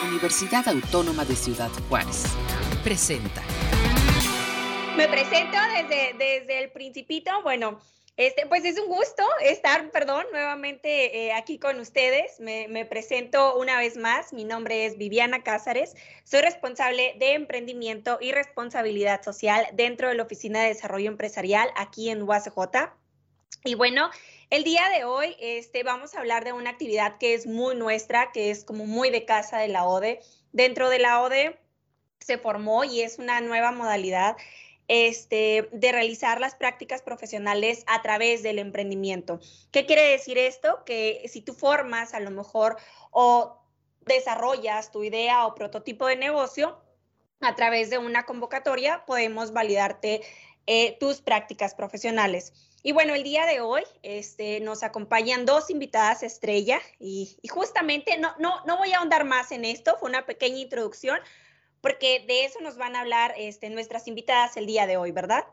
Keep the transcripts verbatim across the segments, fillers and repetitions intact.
Universidad Autónoma de Ciudad Juárez presenta. Me presento desde, desde el principito. Bueno, este, pues es un gusto estar, perdón, nuevamente eh, aquí con ustedes. Me, me presento una vez más. Mi nombre es Viviana Cázares. Soy responsable de emprendimiento y responsabilidad social dentro de la Oficina de Desarrollo Empresarial aquí en U A C J. Y bueno, el día de hoy este, vamos a hablar de una actividad que es muy nuestra, que es como muy de casa de la O D E. Dentro de la O D E se formó y es una nueva modalidad este, de realizar las prácticas profesionales a través del emprendimiento. ¿Qué quiere decir esto? Que si tú formas a lo mejor o desarrollas tu idea o prototipo de negocio, a través de una convocatoria podemos validarte eh, tus prácticas profesionales. Y bueno, el día de hoy este, nos acompañan dos invitadas estrella y, y justamente no, no, no voy a ahondar más en esto, fue una pequeña introducción, porque de eso nos van a hablar este, nuestras invitadas el día de hoy, ¿verdad?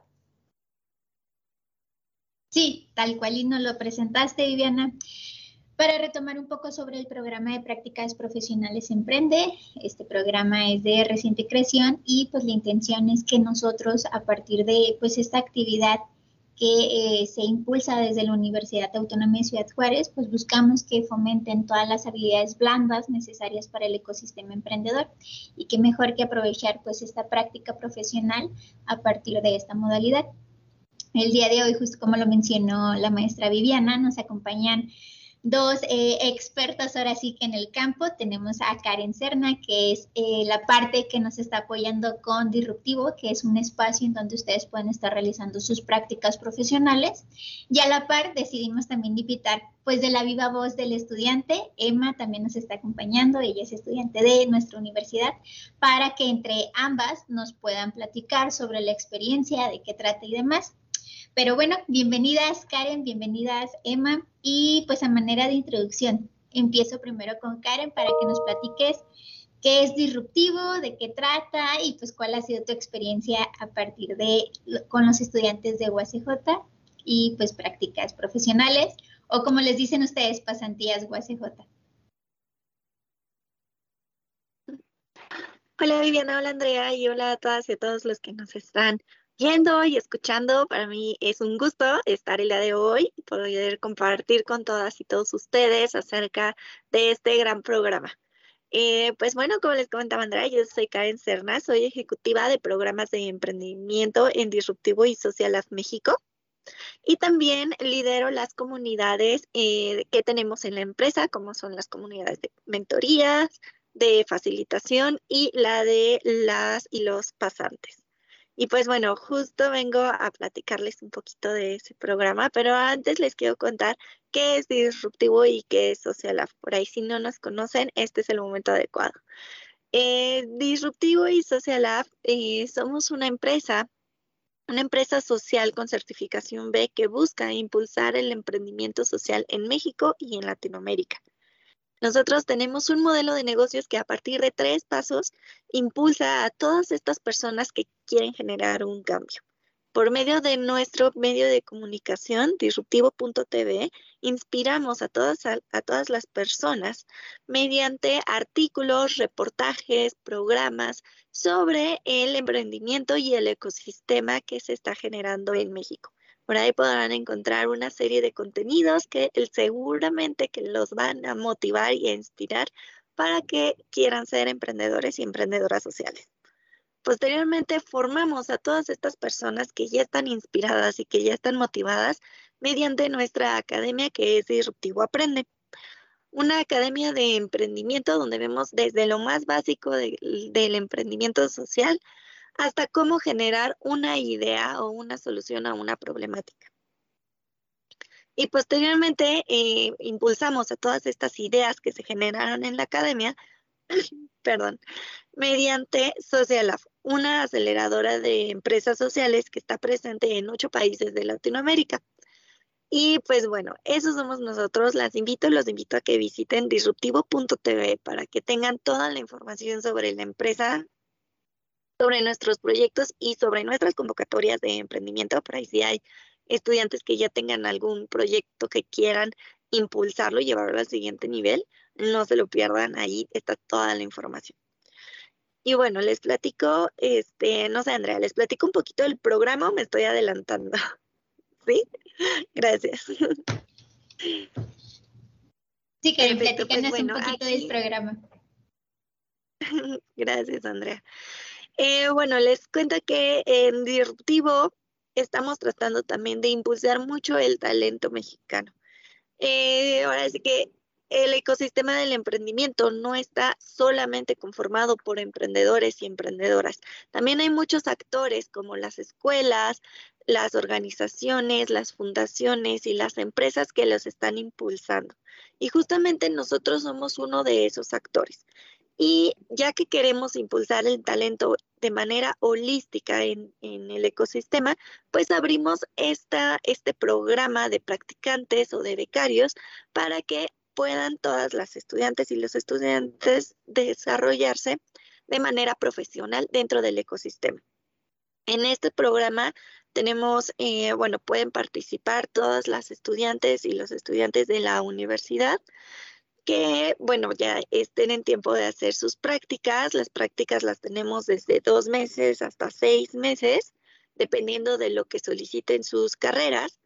Sí, tal cual y nos lo presentaste, Viviana. Para retomar un poco sobre el programa de prácticas profesionales Emprende, este programa es de reciente creación y pues la intención es que nosotros a partir de pues esta actividad que eh, se impulsa desde la Universidad Autónoma de Ciudad Juárez, pues buscamos que fomenten todas las habilidades blandas necesarias para el ecosistema emprendedor y qué mejor que aprovechar pues esta práctica profesional a partir de esta modalidad. El día de hoy, justo como lo mencionó la maestra Viviana, nos acompañan dos eh, expertas ahora sí que en el campo. Tenemos a Karen Serna, que es eh, la parte que nos está apoyando con Disruptivo, que es un espacio en donde ustedes pueden estar realizando sus prácticas profesionales. Y a la par decidimos también invitar pues de la viva voz del estudiante. Emma también nos está acompañando, ella es estudiante de nuestra universidad, para que entre ambas nos puedan platicar sobre la experiencia, de qué trata y demás. Pero bueno, bienvenidas Karen, bienvenidas Emma, y pues a manera de introducción, empiezo primero con Karen para que nos platiques qué es Disruptivo, de qué trata y pues cuál ha sido tu experiencia a partir de con los estudiantes de U A C J y pues prácticas profesionales o como les dicen ustedes, pasantías U A C J. Hola Viviana, hola Andrea y hola a todas y a todos los que nos están viendo y escuchando. Para mí es un gusto estar el día de hoy y poder compartir con todas y todos ustedes acerca de este gran programa. Eh, pues bueno, como les comentaba Andrea, yo soy Karen Serna, soy ejecutiva de programas de emprendimiento en Disruptivo y Social Lab México. Y también lidero las comunidades eh, que tenemos en la empresa, como son las comunidades de mentorías, de facilitación y la de las y los pasantes. Y pues bueno, justo vengo a platicarles un poquito de ese programa, pero antes les quiero contar qué es Disruptivo y qué es Social Lab. Por ahí si no nos conocen, este es el momento adecuado. Eh, Disruptivo y Social Lab eh, somos una empresa Una empresa social con certificación B que busca impulsar el emprendimiento social en México y en Latinoamérica. Nosotros tenemos un modelo de negocios que a partir de tres pasos impulsa a todas estas personas que quieren generar un cambio. Por medio de nuestro medio de comunicación, disruptivo punto t v, inspiramos a todas, a, a todas las personas mediante artículos, reportajes, programas sobre el emprendimiento y el ecosistema que se está generando en México. Por ahí podrán encontrar una serie de contenidos que seguramente que los van a motivar y a inspirar para que quieran ser emprendedores y emprendedoras sociales. Posteriormente formamos a todas estas personas que ya están inspiradas y que ya están motivadas mediante nuestra academia que es Disruptivo Aprende. Una academia de emprendimiento donde vemos desde lo más básico de, del emprendimiento social hasta cómo generar una idea o una solución a una problemática. Y posteriormente eh, impulsamos a todas estas ideas que se generaron en la academia, perdón, mediante Social Lab, una aceleradora de empresas sociales que está presente en ocho países de Latinoamérica. Y pues bueno, eso somos nosotros. Las invito, los invito a que visiten disruptivo punto t v para que tengan toda la información sobre la empresa, sobre nuestros proyectos y sobre nuestras convocatorias de emprendimiento. Por ahí si hay estudiantes que ya tengan algún proyecto que quieran impulsarlo y llevarlo al siguiente nivel, no se lo pierdan, ahí está toda la información. Y bueno, les platico, este, no sé, Andrea, les platico un poquito del programa o me estoy adelantando. ¿Sí? Gracias. Sí, Karen, Perfecto, pues platícanos bueno, un poquito aquí, del programa. gracias, Andrea. Eh, bueno, les cuento que en Disruptivo estamos tratando también de impulsar mucho el talento mexicano. Eh, ahora sí que el ecosistema del emprendimiento no está solamente conformado por emprendedores y emprendedoras. También hay muchos actores como las escuelas, las organizaciones, las fundaciones y las empresas que los están impulsando. Y justamente nosotros somos uno de esos actores. Y ya que queremos impulsar el talento de manera holística en, en el ecosistema, pues abrimos esta, este programa de practicantes o de becarios para que puedan todas las estudiantes y los estudiantes desarrollarse de manera profesional dentro del ecosistema. En este programa tenemos, eh, bueno, pueden participar todas las estudiantes y los estudiantes de la universidad que, bueno, ya estén en tiempo de hacer sus prácticas. Las prácticas las tenemos desde dos meses hasta seis meses, dependiendo de lo que soliciten sus carreras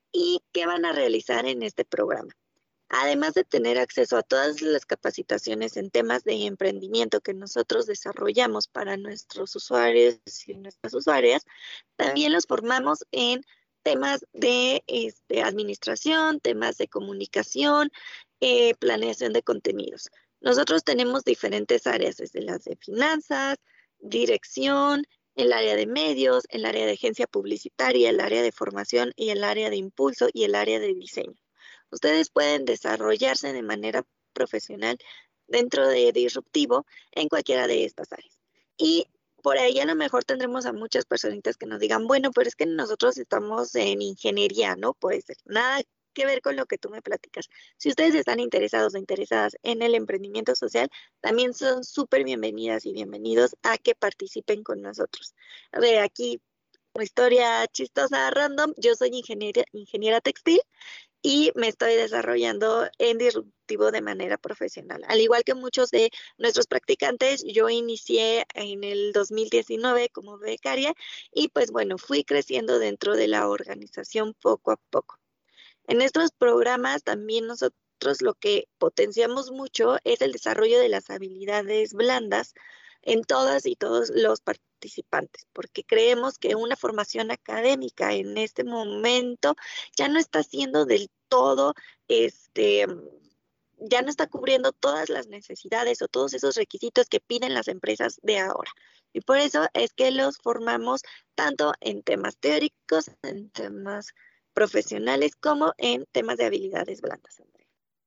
y qué van a realizar en este programa. Además de tener acceso a todas las capacitaciones en temas de emprendimiento que nosotros desarrollamos para nuestros usuarios y nuestras usuarias, también los formamos en temas de este, administración, temas de comunicación, eh, planeación de contenidos. Nosotros tenemos diferentes áreas, desde las de finanzas, dirección, el área de medios, el área de agencia publicitaria, el área de formación y el área de impulso y el área de diseño. Ustedes pueden desarrollarse de manera profesional dentro de Disruptivo en cualquiera de estas áreas. Y por ahí a lo mejor tendremos a muchas personitas que nos digan, bueno, pero es que nosotros estamos en ingeniería, ¿no? Puede ser nada que ver con lo que tú me platicas. Si ustedes están interesados o interesadas en el emprendimiento social, también son súper bienvenidas y bienvenidos a que participen con nosotros. A ver, aquí una historia chistosa, random. Yo soy ingeniera, ingeniera textil y me estoy desarrollando en Disruptivo de manera profesional. Al igual que muchos de nuestros practicantes, yo inicié en el dos mil diecinueve como becaria y pues bueno, fui creciendo dentro de la organización poco a poco. En estos programas también nosotros lo que potenciamos mucho es el desarrollo de las habilidades blandas en todas y todos los participantes, porque creemos que una formación académica en este momento ya no está siendo del todo, este, ya no está cubriendo todas las necesidades o todos esos requisitos que piden las empresas de ahora. Y por eso es que los formamos tanto en temas teóricos, en temas profesionales, como en temas de habilidades blandas, Andrea.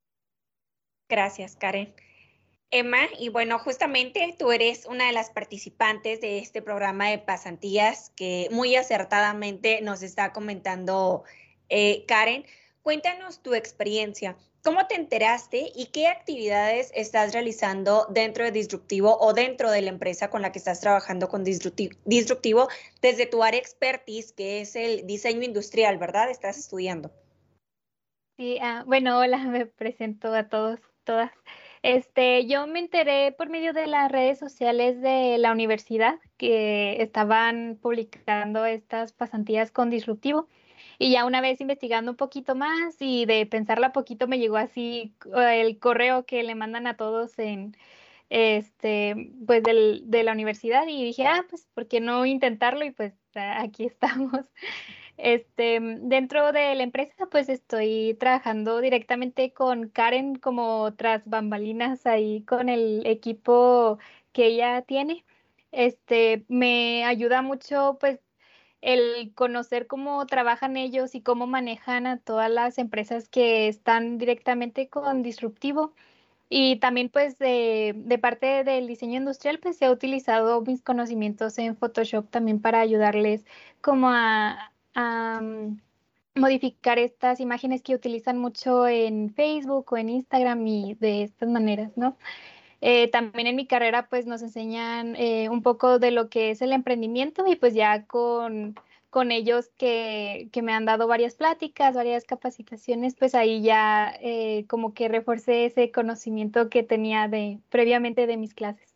Gracias, Karen. Emma, y bueno, justamente tú eres una de las participantes de este programa de pasantías que muy acertadamente nos está comentando eh, Karen. Cuéntanos tu experiencia. ¿Cómo te enteraste y qué actividades estás realizando dentro de Disruptivo o dentro de la empresa con la que estás trabajando con Disruptivo, Disruptivo desde tu área expertise, que es el diseño industrial, ¿verdad? Estás estudiando. Sí, ah, bueno, hola, me presento a todos, todas. Este, yo me enteré por medio de las redes sociales de la universidad que estaban publicando estas pasantías con Disruptivo. Y ya una vez investigando un poquito más y de pensarla poquito me llegó así eh, el correo que le mandan a todos en este pues del, de la universidad y dije, ah, pues ¿por qué no intentarlo? Y pues ah, aquí estamos. Este, dentro de la empresa, pues estoy trabajando directamente con Karen como tras bambalinas ahí con el equipo que ella tiene. Este, me ayuda mucho, pues, el conocer cómo trabajan ellos y cómo manejan a todas las empresas que están directamente con Disruptivo. Y también, pues, de, de parte del diseño industrial, pues, he utilizado mis conocimientos en Photoshop también para ayudarles como a, a, mm, modificar estas imágenes que utilizan mucho en Facebook o en Instagram y de estas maneras, ¿no? Eh, también en mi carrera pues nos enseñan eh, un poco de lo que es el emprendimiento y pues ya con, con ellos que, que me han dado varias pláticas, varias capacitaciones, pues ahí ya eh, como que reforcé ese conocimiento que tenía de previamente de mis clases.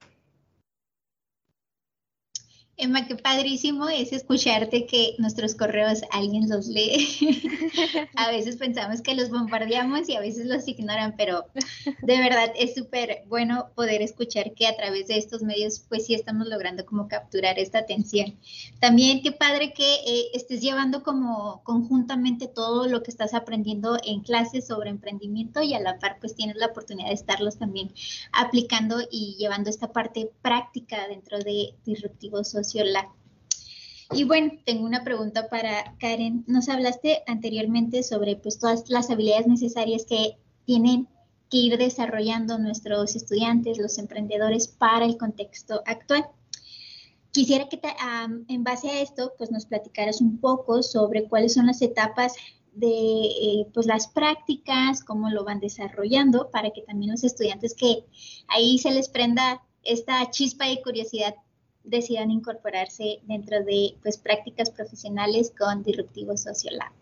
Emma, qué padrísimo es escucharte que nuestros correos alguien los lee. A veces pensamos que los bombardeamos y a veces los ignoran, pero de verdad es súper bueno poder escuchar que a través de estos medios pues sí estamos logrando como capturar esta atención. También qué padre que eh, estés llevando como conjuntamente todo lo que estás aprendiendo en clases sobre emprendimiento y a la par pues tienes la oportunidad de estarlos también aplicando y llevando esta parte práctica dentro de Disruptivo Social Lab. Y bueno, tengo una pregunta para Karen. Nos hablaste anteriormente sobre pues todas las habilidades necesarias que tienen que ir desarrollando nuestros estudiantes, los emprendedores para el contexto actual. Quisiera que te, um, en base a esto pues nos platicaras un poco sobre cuáles son las etapas de eh, pues las prácticas, cómo lo van desarrollando para que también los estudiantes que ahí se les prenda esta chispa de curiosidad decidan incorporarse dentro de pues prácticas profesionales con Disruptivo Social Lab.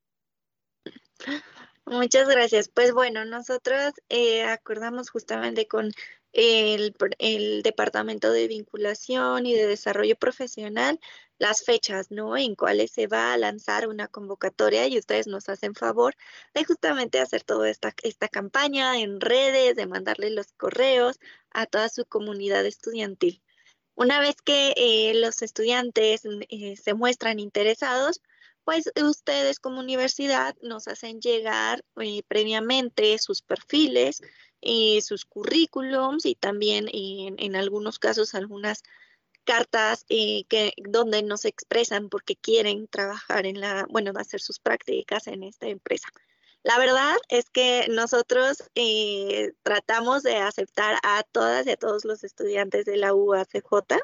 Muchas gracias. Pues bueno, nosotros eh, acordamos justamente con el, el Departamento de Vinculación y de Desarrollo Profesional las fechas, ¿no? En cuales se va a lanzar una convocatoria y ustedes nos hacen favor de justamente hacer toda esta, esta campaña en redes, de mandarle los correos a toda su comunidad estudiantil. Una vez que eh, los estudiantes eh, se muestran interesados, pues ustedes como universidad nos hacen llegar eh, previamente sus perfiles, eh, sus currículums y también eh, en, en algunos casos algunas cartas eh, que, donde nos expresan porque quieren trabajar en la, bueno, hacer sus prácticas en esta empresa. La verdad es que nosotros eh, tratamos de aceptar a todas y a todos los estudiantes de la U A C J,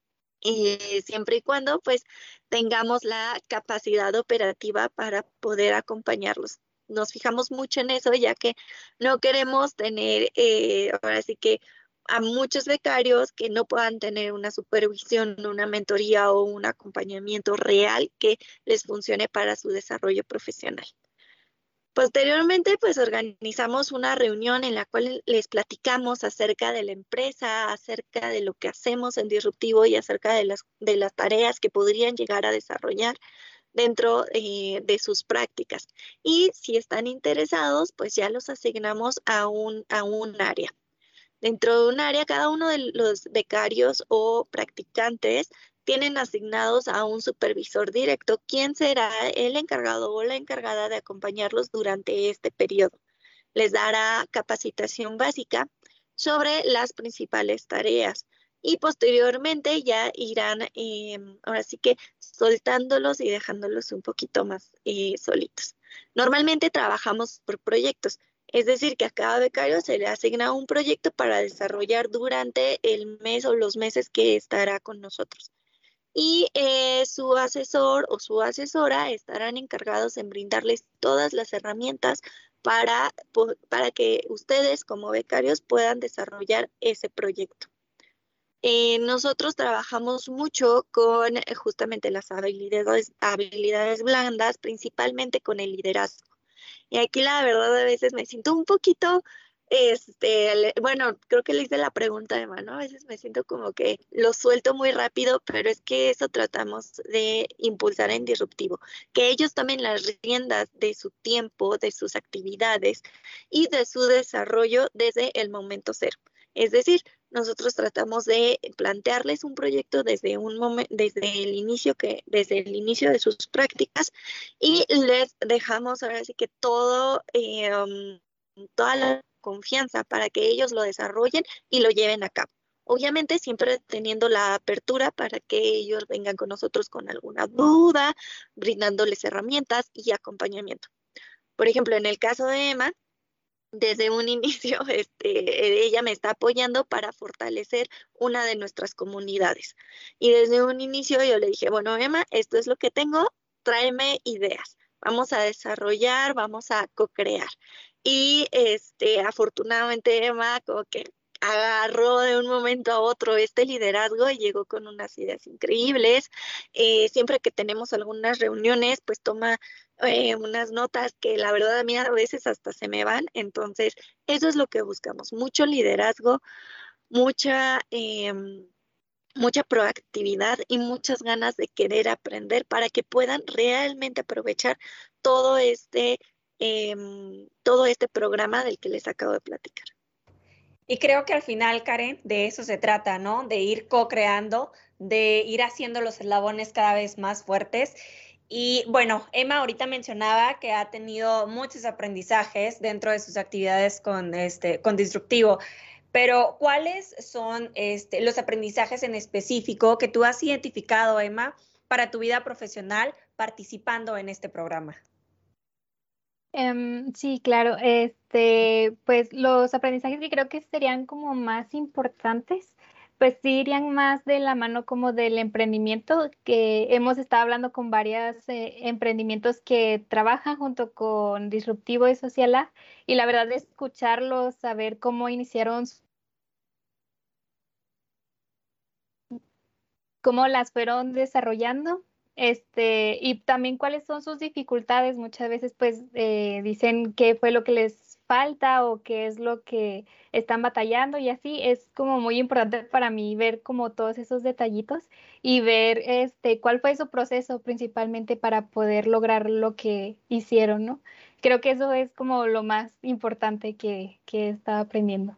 eh, siempre y cuando pues tengamos la capacidad operativa para poder acompañarlos. Nos fijamos mucho en eso, ya que no queremos tener, eh, ahora sí que a muchos becarios que no puedan tener una supervisión, una mentoría o un acompañamiento real que les funcione para su desarrollo profesional. Posteriormente, pues organizamos una reunión en la cual les platicamos acerca de la empresa, acerca de lo que hacemos en Disruptivo y acerca de las, de las tareas que podrían llegar a desarrollar dentro eh, de sus prácticas. Y si están interesados, pues ya los asignamos a un, a un área. Dentro de un área, cada uno de los becarios o practicantes tienen asignados a un supervisor directo, quien será el encargado o la encargada de acompañarlos durante este periodo. Les dará capacitación básica sobre las principales tareas y posteriormente ya irán, eh, ahora sí que soltándolos y dejándolos un poquito más eh, solitos. Normalmente trabajamos por proyectos. Es decir, que a cada becario se le asigna un proyecto para desarrollar durante el mes o los meses que estará con nosotros. Y eh, su asesor o su asesora estarán encargados en brindarles todas las herramientas para, para que ustedes como becarios puedan desarrollar ese proyecto. Eh, nosotros trabajamos mucho con eh, justamente las habilidades, habilidades blandas, principalmente con el liderazgo. Y aquí la verdad a veces me siento un poquito, este, bueno, creo que le hice la pregunta de mano, a veces me siento como que lo suelto muy rápido, pero es que eso tratamos de impulsar en Disruptivo, que ellos tomen las riendas de su tiempo, de sus actividades y de su desarrollo desde el momento cero. Es decir, nosotros tratamos de plantearles un proyecto desde un momento, desde el inicio que, desde el inicio de sus prácticas y les dejamos ahora sí que todo, eh, um, toda la confianza para que ellos lo desarrollen y lo lleven a cabo. Obviamente siempre teniendo la apertura para que ellos vengan con nosotros con alguna duda, brindándoles herramientas y acompañamiento. Por ejemplo, en el caso de Emma, desde un inicio, este, ella me está apoyando para fortalecer una de nuestras comunidades. Y desde un inicio yo le dije, bueno, Emma, esto es lo que tengo, tráeme ideas. Vamos a desarrollar, vamos a co-crear. Y este, afortunadamente Emma como que agarró de un momento a otro este liderazgo y llegó con unas ideas increíbles. Eh, siempre que tenemos algunas reuniones, pues toma eh, unas notas que la verdad a mí a veces hasta se me van. Entonces, eso es lo que buscamos, mucho liderazgo, mucha... Eh, mucha proactividad y muchas ganas de querer aprender para que puedan realmente aprovechar todo este, eh, todo este programa del que les acabo de platicar. Y creo que al final, Karen, de eso se trata, ¿no? De ir co-creando, de ir haciendo los eslabones cada vez más fuertes. Y bueno, Emma ahorita mencionaba que ha tenido muchos aprendizajes dentro de sus actividades con, este, con Disruptivo. Pero, ¿cuáles son este, los aprendizajes en específico que tú has identificado, Emma, para tu vida profesional participando en este programa? Um, sí, claro. Este, pues los aprendizajes que creo que serían como más importantes, pues sí irían más de la mano como del emprendimiento, que hemos estado hablando con varios eh, emprendimientos que trabajan junto con Disruptivo y Social Lab, y la verdad de escucharlos, saber cómo iniciaron, cómo las fueron desarrollando, este, y también cuáles son sus dificultades. Muchas veces pues eh, dicen qué fue lo que les falta o qué es lo que están batallando, y así es como muy importante para mí ver como todos esos detallitos y ver este cuál fue su proceso principalmente para poder lograr lo que hicieron, ¿no? Creo que eso es como lo más importante que, que he estado aprendiendo.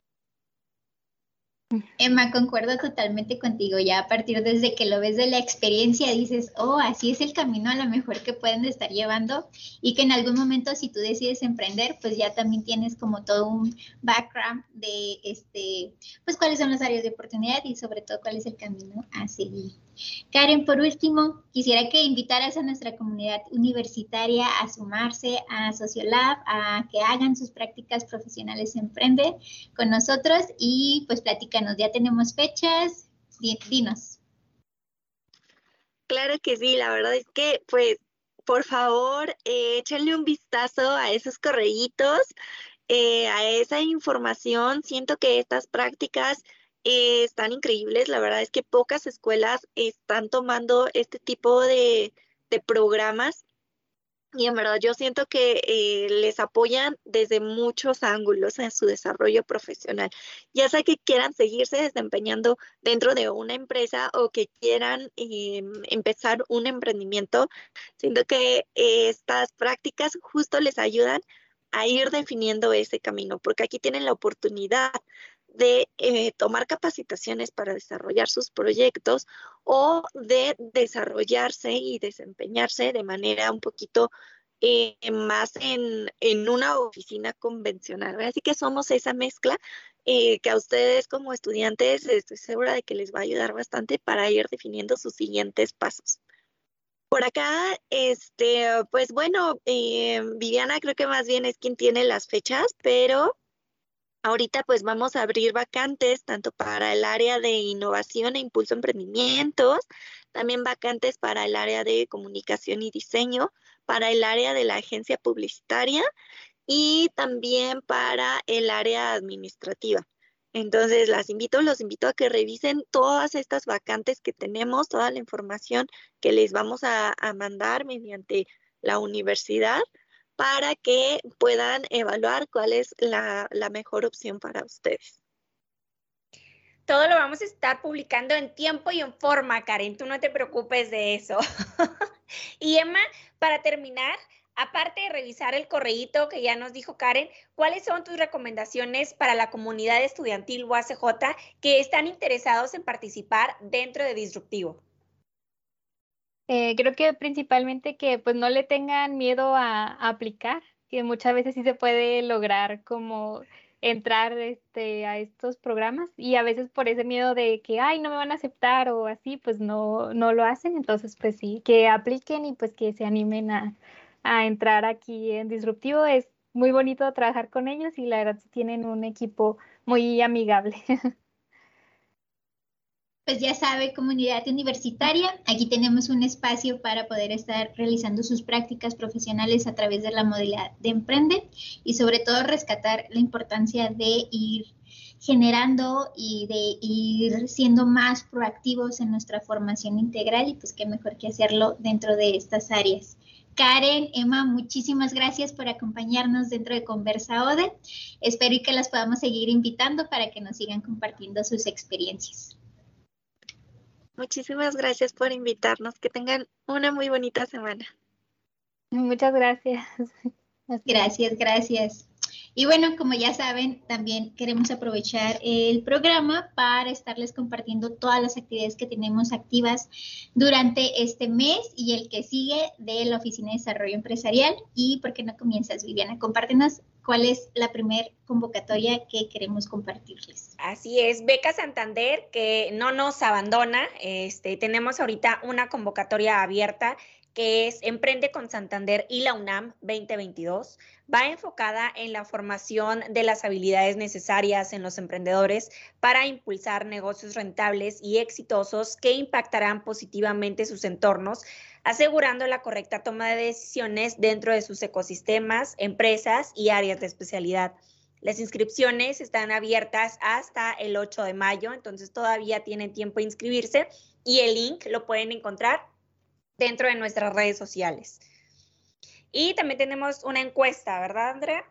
Emma, concuerdo totalmente contigo. Ya a partir desde que lo ves de la experiencia, dices, oh, así es el camino a lo mejor que pueden estar llevando, y que en algún momento si tú decides emprender, pues ya también tienes como todo un background de, este, pues cuáles son las áreas de oportunidad y sobre todo cuál es el camino a seguir. Karen, por último, quisiera que invitaras a nuestra comunidad universitaria a sumarse a Sociolab, a que hagan sus prácticas profesionales Emprende con nosotros, y pues platícanos, ya tenemos fechas, dinos. Claro que sí, la verdad es que pues por favor eh, échenle un vistazo a esos correitos, eh, a esa información. Siento que estas prácticas eh, están increíbles. La verdad es que pocas escuelas están tomando este tipo de, de programas, y en verdad yo siento que eh, les apoyan desde muchos ángulos en su desarrollo profesional, ya sea que quieran seguirse desempeñando dentro de una empresa o que quieran eh, empezar un emprendimiento. Siento que eh, estas prácticas justo les ayudan a ir definiendo ese camino, porque aquí tienen la oportunidad de eh, tomar capacitaciones para desarrollar sus proyectos o de desarrollarse y desempeñarse de manera un poquito eh, más en, en una oficina convencional, ¿verdad? Así que somos esa mezcla eh, que a ustedes como estudiantes estoy segura de que les va a ayudar bastante para ir definiendo sus siguientes pasos. Por acá, este, pues bueno, eh, Viviana creo que más bien es quien tiene las fechas, pero ahorita pues vamos a abrir vacantes tanto para el área de innovación e impulso a emprendimientos, también vacantes para el área de comunicación y diseño, para el área de la agencia publicitaria y también para el área administrativa. Entonces las invito, los invito a que revisen todas estas vacantes que tenemos, toda la información que les vamos a, a mandar mediante la universidad, para que puedan evaluar cuál es la, la mejor opción para ustedes. Todo lo vamos a estar publicando en tiempo y en forma, Karen, tú no te preocupes de eso. Y Emma, para terminar, aparte de revisar el correíto que ya nos dijo Karen, ¿cuáles son tus recomendaciones para la comunidad estudiantil U A C J que están interesados en participar dentro de Disruptivo? Eh, creo que principalmente que pues no le tengan miedo a, a aplicar, que muchas veces sí se puede lograr como entrar este, a estos programas, y a veces por ese miedo de que, ay, no me van a aceptar o así, pues no, no lo hacen. Entonces pues sí, que apliquen y pues que se animen a, a entrar aquí en Disruptivo. Es muy bonito trabajar con ellos y la verdad sí tienen un equipo muy amigable. Pues ya sabe, comunidad universitaria, aquí tenemos un espacio para poder estar realizando sus prácticas profesionales a través de la modalidad de Emprende, y sobre todo rescatar la importancia de ir generando y de ir siendo más proactivos en nuestra formación integral y pues qué mejor que hacerlo dentro de estas áreas. Karen, Emma, muchísimas gracias por acompañarnos dentro de Conversa O D E. Espero y que las podamos seguir invitando para que nos sigan compartiendo sus experiencias. Muchísimas gracias por invitarnos. Que tengan una muy bonita semana. Muchas gracias. Gracias, gracias. Y bueno, como ya saben, también queremos aprovechar el programa para estarles compartiendo todas las actividades que tenemos activas durante este mes y el que sigue de la Oficina de Desarrollo Empresarial. ¿Y por qué no comienzas, Viviana? Compártenos cuál es la primera convocatoria que queremos compartirles. Así es, Beca Santander, que no nos abandona. Este, tenemos ahorita una convocatoria abierta que es Emprende con Santander y la UNAM veinte veintidós. Va enfocada en la formación de las habilidades necesarias en los emprendedores para impulsar negocios rentables y exitosos que impactarán positivamente sus entornos, asegurando la correcta toma de decisiones dentro de sus ecosistemas, empresas y áreas de especialidad. Las inscripciones están abiertas hasta el ocho de mayo, entonces todavía tienen tiempo de inscribirse y el link lo pueden encontrar dentro de nuestras redes sociales. Y también tenemos una encuesta, ¿verdad, Andrea?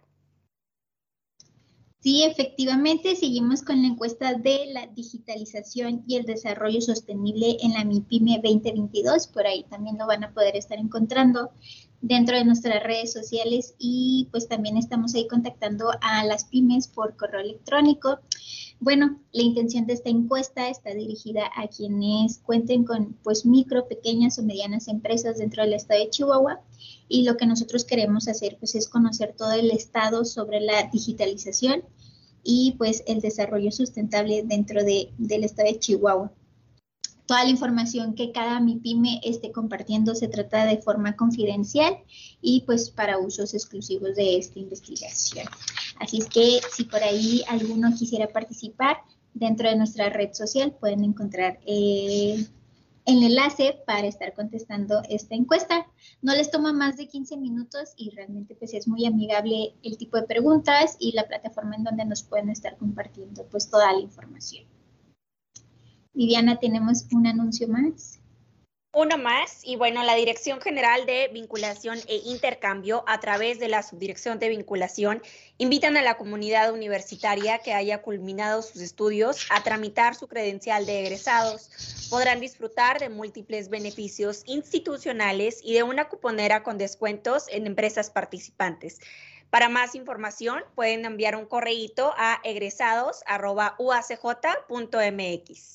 Sí, efectivamente, seguimos con la encuesta de la digitalización y el desarrollo sostenible en la MIPYME veinte veintidós. Por ahí también lo van a poder estar encontrando dentro de nuestras redes sociales y pues también estamos ahí contactando a las pymes por correo electrónico. Bueno, la intención de esta encuesta está dirigida a quienes cuenten con pues micro, pequeñas o medianas empresas dentro del estado de Chihuahua y lo que nosotros queremos hacer pues es conocer todo el estado sobre la digitalización y pues el desarrollo sustentable dentro de, del estado de Chihuahua. Toda la información que cada MIPYME esté compartiendo se trata de forma confidencial y pues para usos exclusivos de esta investigación. Así es que si por ahí alguno quisiera participar dentro de nuestra red social, pueden encontrar eh, el enlace para estar contestando esta encuesta. No les toma más de quince minutos y realmente pues es muy amigable el tipo de preguntas y la plataforma en donde nos pueden estar compartiendo pues toda la información. Viviana, tenemos un anuncio más. Uno más, y bueno, la Dirección General de Vinculación e Intercambio, a través de la Subdirección de Vinculación, invitan a la comunidad universitaria que haya culminado sus estudios a tramitar su credencial de egresados. Podrán disfrutar de múltiples beneficios institucionales y de una cuponera con descuentos en empresas participantes. Para más información, pueden enviar un correíto a egresados arroba u a c j punto m x.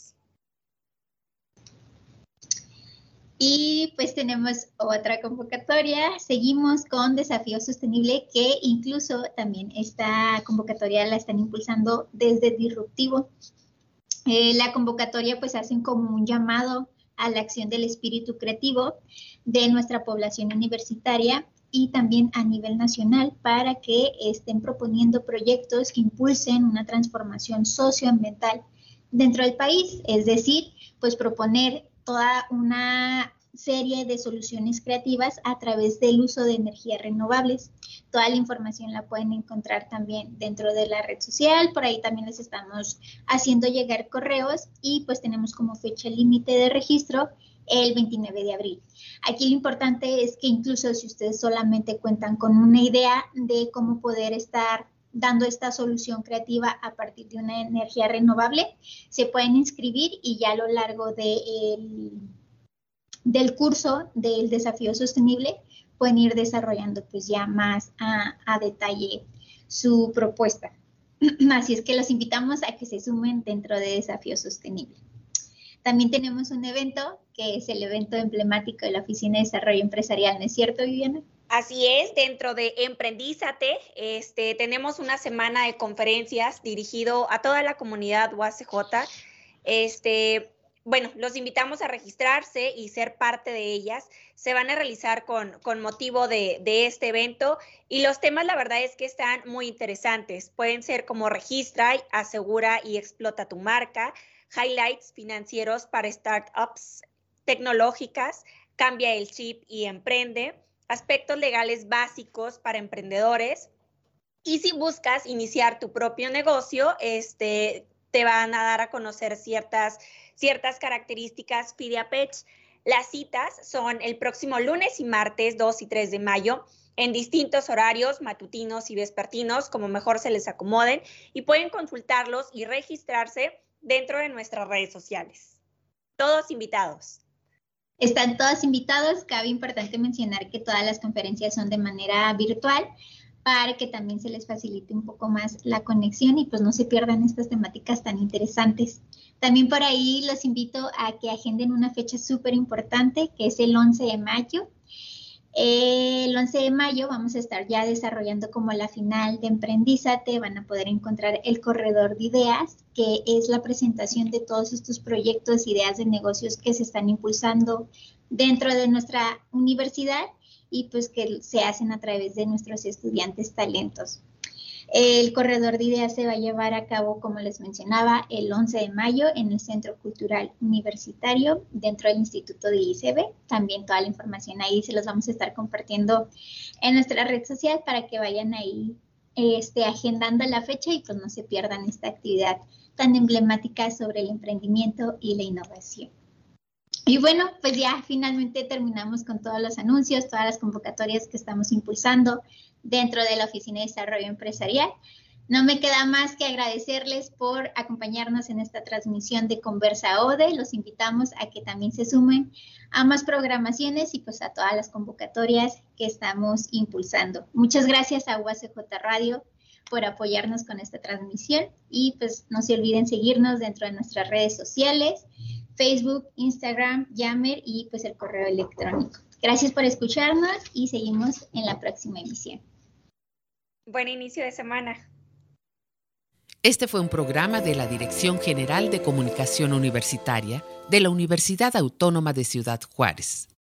Y pues tenemos otra convocatoria, seguimos con Desafío Sostenible, que incluso también esta convocatoria la están impulsando desde Disruptivo. Eh, la convocatoria pues hacen como un llamado a la acción del espíritu creativo de nuestra población universitaria y también a nivel nacional para que estén proponiendo proyectos que impulsen una transformación socioambiental dentro del país, es decir, pues proponer toda una serie de soluciones creativas a través del uso de energías renovables. Toda la información la pueden encontrar también dentro de la red social, por ahí también les estamos haciendo llegar correos y pues tenemos como fecha límite de registro el veintinueve de abril. Aquí lo importante es que incluso si ustedes solamente cuentan con una idea de cómo poder estar dando esta solución creativa a partir de una energía renovable, se pueden inscribir y ya a lo largo de el, del curso del desafío sostenible pueden ir desarrollando pues ya más a, a detalle su propuesta. Así es que los invitamos a que se sumen dentro de Desafío Sostenible. También tenemos un evento que es el evento emblemático de la Oficina de Desarrollo Empresarial, ¿no es cierto, Viviana? Así es, dentro de Emprendízate, este, tenemos una semana de conferencias dirigido a toda la comunidad U A C J. Este, bueno, los invitamos a registrarse y ser parte de ellas. Se van a realizar con, con motivo de, de este evento y los temas, la verdad es que están muy interesantes. Pueden ser como registra, asegura y explota tu marca, highlights financieros para startups tecnológicas, cambia el chip y emprende, aspectos legales básicos para emprendedores, Y si buscas iniciar tu propio negocio, este, te van a dar a conocer ciertas, ciertas características FIDIAPECH. Las citas son el próximo lunes y martes dos y tres de mayo en distintos horarios, matutinos y vespertinos, como mejor se les acomoden, y pueden consultarlos y registrarse dentro de nuestras redes sociales. Todos invitados. Están todos invitados. Cabe importante mencionar que todas las conferencias son de manera virtual para que también se les facilite un poco más la conexión y pues no se pierdan estas temáticas tan interesantes. También por ahí los invito a que agenden una fecha súper importante, que es el once de mayo. El once de mayo vamos a estar ya desarrollando como la final de Emprendízate. Van a poder encontrar el corredor de ideas, que es la presentación de todos estos proyectos, ideas de negocios que se están impulsando dentro de nuestra universidad y pues que se hacen a través de nuestros estudiantes talentos. El corredor de ideas se va a llevar a cabo, como les mencionaba, el once de mayo en el Centro Cultural Universitario dentro del Instituto de I C B. También toda la información ahí se los vamos a estar compartiendo en nuestra red social para que vayan ahí este, agendando la fecha y pues no se pierdan esta actividad tan emblemática sobre el emprendimiento y la innovación. Y bueno, pues ya finalmente terminamos con todos los anuncios, todas las convocatorias que estamos impulsando dentro de la Oficina de Desarrollo Empresarial. No me queda más que agradecerles por acompañarnos en esta transmisión de Conversa O D E. Los invitamos a que también se sumen a más programaciones y pues a todas las convocatorias que estamos impulsando. Muchas gracias a U A C J Radio por apoyarnos con esta transmisión y pues no se olviden seguirnos dentro de nuestras redes sociales, Facebook, Instagram, Yammer y pues el correo electrónico. Gracias por escucharnos y seguimos en la próxima emisión. Buen inicio de semana. Este fue un programa de la Dirección General de Comunicación Universitaria de la Universidad Autónoma de Ciudad Juárez.